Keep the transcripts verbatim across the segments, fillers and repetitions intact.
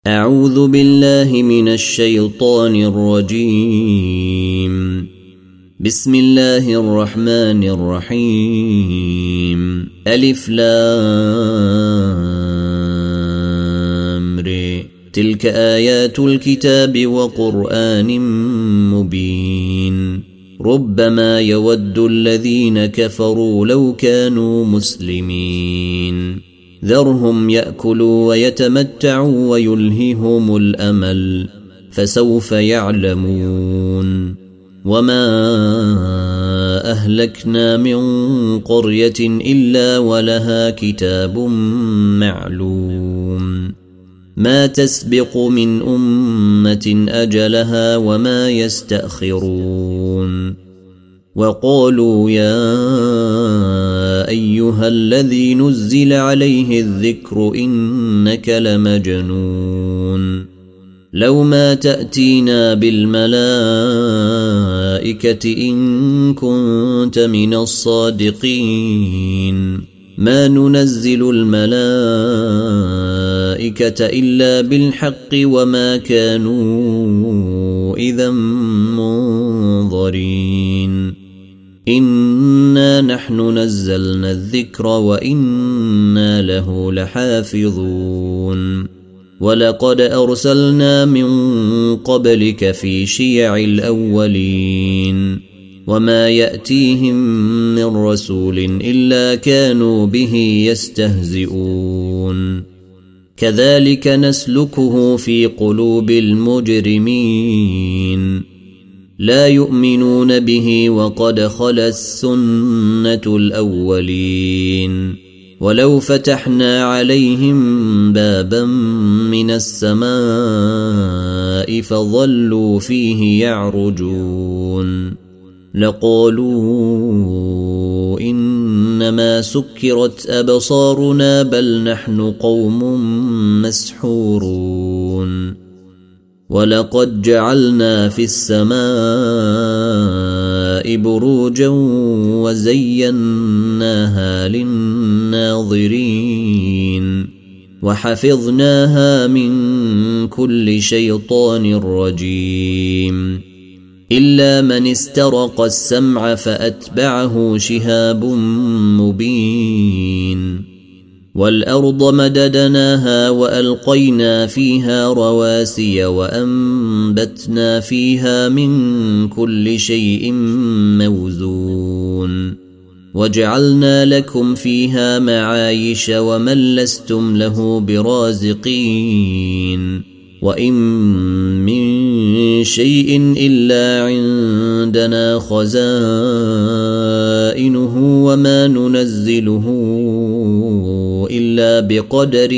أعوذ بالله من الشيطان الرجيم. بسم الله الرحمن الرحيم. ألف لام ر. تلك آيات الكتاب وقرآن مبين. ربما يود الذين كفروا لو كانوا مسلمين. ذرهم يأكلوا ويتمتعوا ويلههم الأمل فسوف يعلمون. وما أهلكنا من قرية إلا ولها كتاب معلوم. ما تسبق من أمة أجلها وما يستأخرون. وقالوا يا أيها الذي نزل عليه الذكر إنك لمجنون. لو ما تأتينا بالملائكة إن كنت من الصادقين. ما ننزل الملائكة إلا بالحق وما كانوا إذا منظرين. إنا نحن نزلنا الذكر وإنا له لحافظون. ولقد أرسلنا من قبلك في شيع الأولين. وما يأتيهم من رسول إلا كانوا به يستهزئون. كذلك نسلكه في قلوب المجرمين. لا يؤمنون به وقد خلت سنة الأولين. ولو فتحنا عليهم بابا من السماء فظلوا فيه يعرجون لقالوا إنما سكرت أبصارنا بل نحن قوم مسحورون. ولقد جعلنا في السماء بروجا وزيناها للناظرين وحفظناها من كل شيطان رجيم. إلا من استرق السمع فأتبعه شهاب مبين. والأرض مددناها وألقينا فيها رواسي وأنبتنا فيها من كل شيء موزون. وجعلنا لكم فيها معايش ومن لستم له برازقين. وإن من شيء إلا عندنا خزائنه وما ننزله إلا بقدر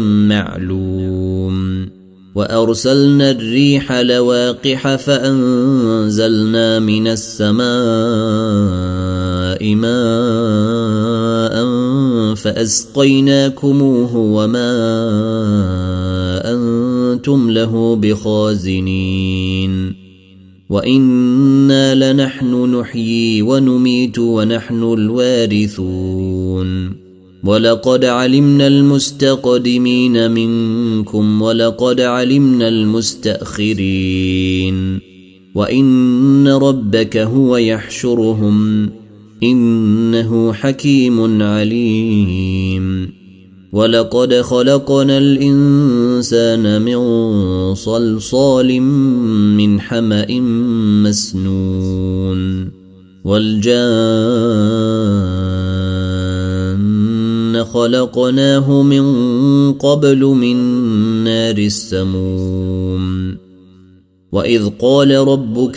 معلوم. وأرسلنا الريح لواقح فأنزلنا من السماء ماء فأسقيناكموه وما أنتم له بخازنين. وإنا لنحن نحيي ونميت ونحن الوارثون. ولقد علمنا المستقدمين منكم ولقد علمنا المستأخرين. وإن ربك هو يحشرهم إنه حكيم عليم. ولقد خلقنا الإنسان من صلصال من حمأ مسنون. والجان خلقناه من قبل من نار السموم. وإذ قال ربك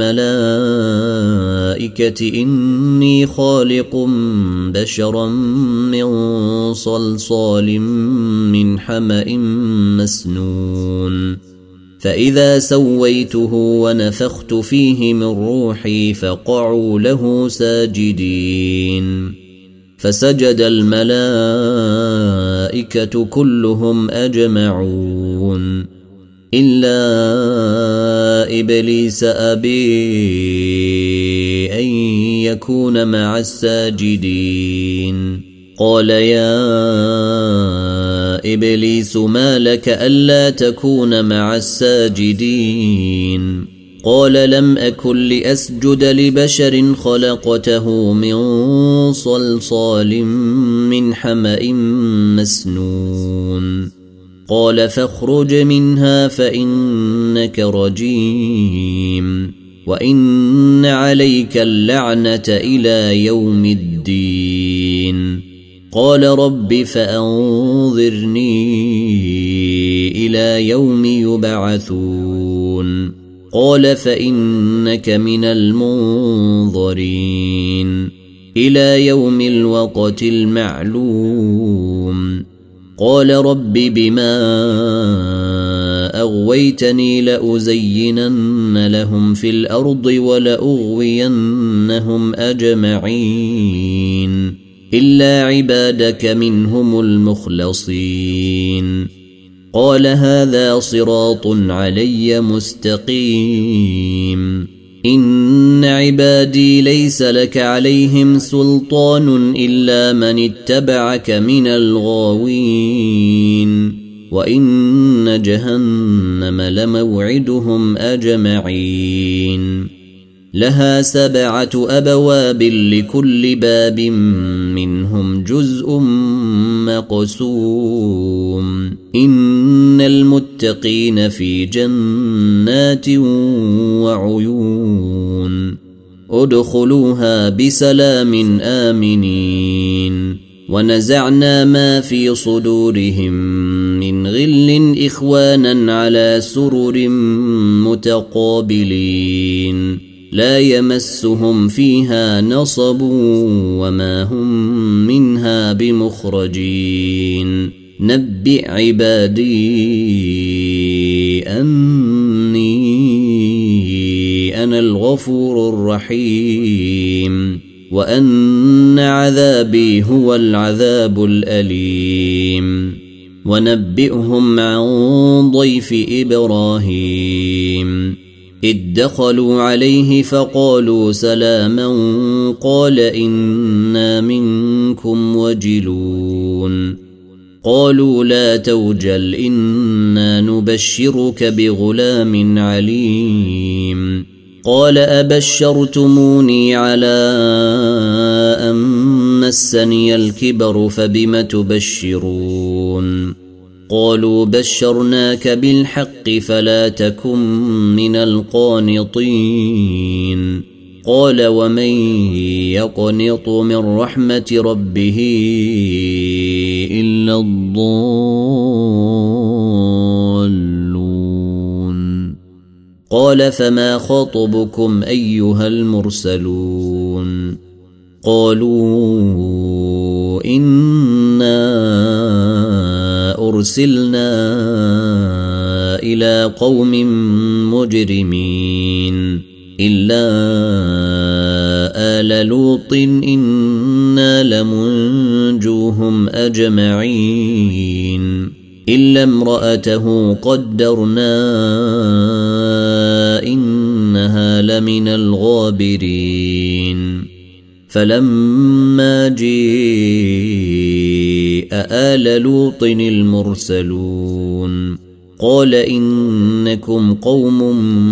للملائكة إني خالق بشرا من صلصال من حمأ مسنون. فإذا سويته ونفخت فيه من روحي فقعوا له ساجدين. فسجد الملائكة كلهم أجمعون إلا إبليس أبي أن يكون مع الساجدين. قال يا إبليس ما لك ألا تكون مع الساجدين قال لم أكن لأسجد لبشر خلقته من صلصال من حمأ مسنون قال فاخرج منها فإنك رجيم وإن عليك اللعنة إلى يوم الدين قال رب فأنظرني إلى يوم يبعثون قال فإنك من المنظرين إلى يوم الوقت المعلوم قال رب بما أغويتني لأزينن لهم في الأرض ولأغوينهم أجمعين إلا عبادك منهم المخلصين قال هذا صراط علي مستقيم إن عبادي ليس لك عليهم سلطان إلا من اتبعك من الغاوين وإن جهنم لموعدهم أجمعين لها سبعة أبواب لكل باب منهم جزء مقسوم إن المتقين في جنات وعيون ادخلوها بسلام آمنين ونزعنا ما في صدورهم من غل إخوانا على سرر متقابلين لا يمسهم فيها نصب وما هم منها بمخرجين نبئ عبادي أني أنا الغفور الرحيم وأن عذابي هو العذاب الأليم ونبئهم عن ضيف إبراهيم إذ دخلوا عليه فقالوا سلاما قال إنا منكم وجلون قالوا لا توجل إنا نبشرك بغلام عليم قال أبشرتموني على أن مسني الكبر فبم تبشرون قالوا بشرناك بالحق فلا تكن من القانطين قال ومن يقنط من رحمة ربه إلا الضالون قال فما خطبكم أيها المرسلون قالوا إنا أرسلنا إلى قوم مجرمين إلا آل لوط إنا لمنجوهم أجمعين إلا امرأته قدرنا إنها لمن الغابرين فلما جيء آل لوط المرسلون قال إنكم قوم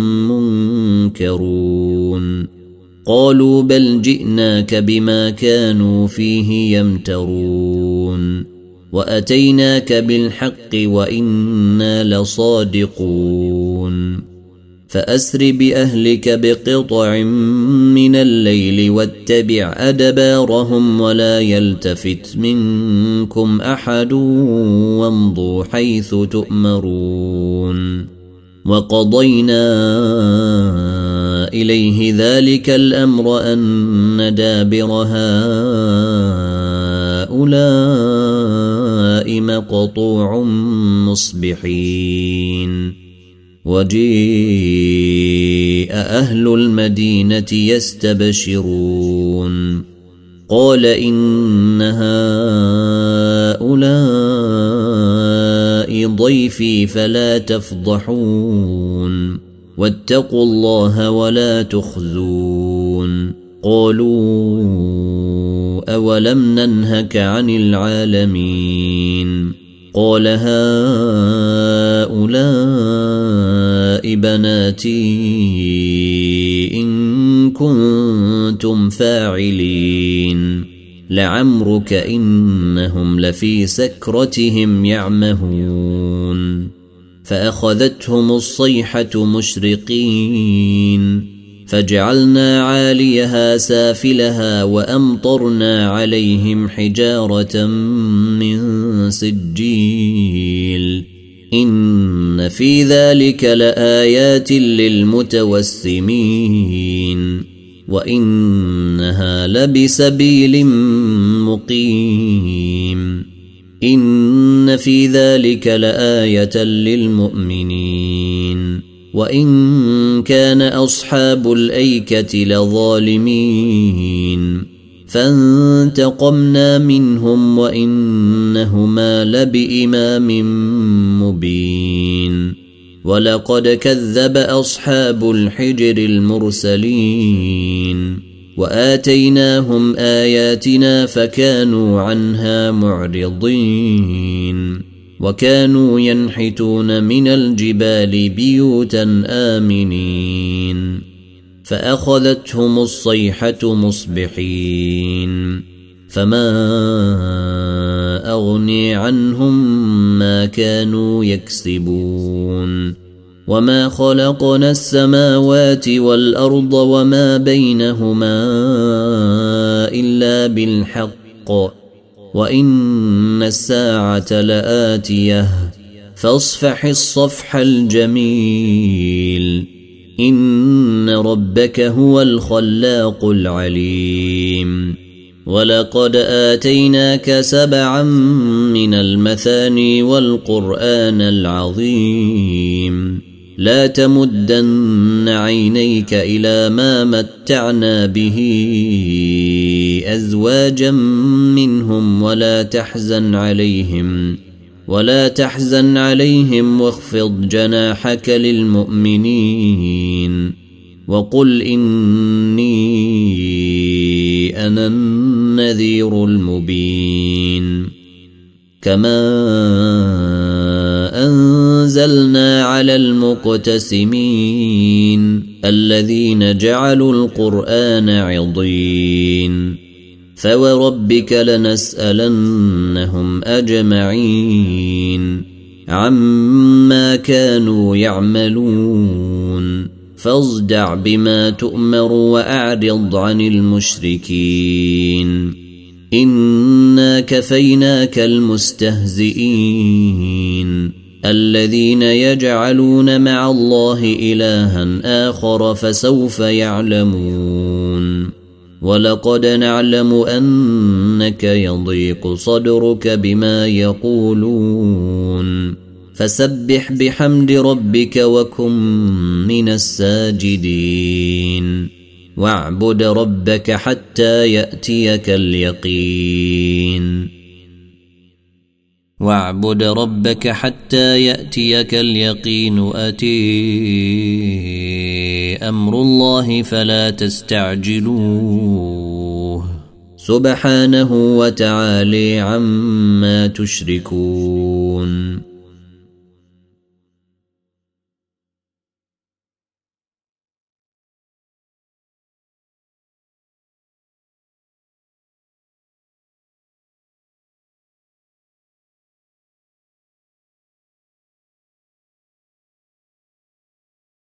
منكرون قالوا بل جئناك بما كانوا فيه يمترون وأتيناك بالحق وإنا لصادقون فأسر بأهلك بقطع من الليل واتبع أدبارهم ولا يلتفت منكم أحد وامضوا حيث تؤمرون وقضينا إليه ذلك الأمر أن دابر هؤلاء مقطوع مصبحين وجيء أهل المدينة يستبشرون قال إن هؤلاء ضيفي فلا تفضحون واتقوا الله ولا تخزون قالوا أولم ننهك عن العالمين قال هؤلاء بناتي إن كنتم فاعلين لعمرك إنهم لفي سكرتهم يعمهون فأخذتهم الصيحة مشرقين فجعلنا عاليها سافلها وأمطرنا عليهم حجارة من سجيل إن في ذلك لآيات للمتوسمين وإنها لبسبيل مقيم إن في ذلك لآية للمؤمنين وإن كان أصحاب الأيكة لظالمين فانتقمنا منهم وإنهما لبإمام مبين ولقد كذب أصحاب الحجر المرسلين وآتيناهم آياتنا فكانوا عنها معرضين وكانوا ينحتون من الجبال بيوتا آمنين فأخذتهم الصيحة مصبحين فما أغني عنهم ما كانوا يكسبون وما خلقنا السماوات والأرض وما بينهما إلا بالحق وإن الساعة لآتية فاصفح الصفح الجميل إن ربك هو الخلاق العليم ولقد آتيناك سبعا من المثاني والقرآن العظيم لا تمدن عينيك إلى ما متعنا به أزواجا منهم ولا تحزن عليهم ولا تحزن عليهم واخفض جناحك للمؤمنين وقل إني أنا النذير المبين كما أنزلنا على المقتسمين الذين جعلوا القرآن عضين فوربك لنسألنهم أجمعين عما كانوا يعملون فاصدع بما تؤمر وأعرض عن المشركين إنا كفيناك المستهزئين الذين يجعلون مع الله إلها آخر فسوف يعلمون ولقد نعلم أنك يضيق صدرك بما يقولون فسبح بحمد ربك وكن من الساجدين واعبد ربك حتى يأتيك اليقين واعبد ربك حتى يأتيك اليقين أتي أمر الله فلا تستعجلوه سبحانه وتعالى عما تشركون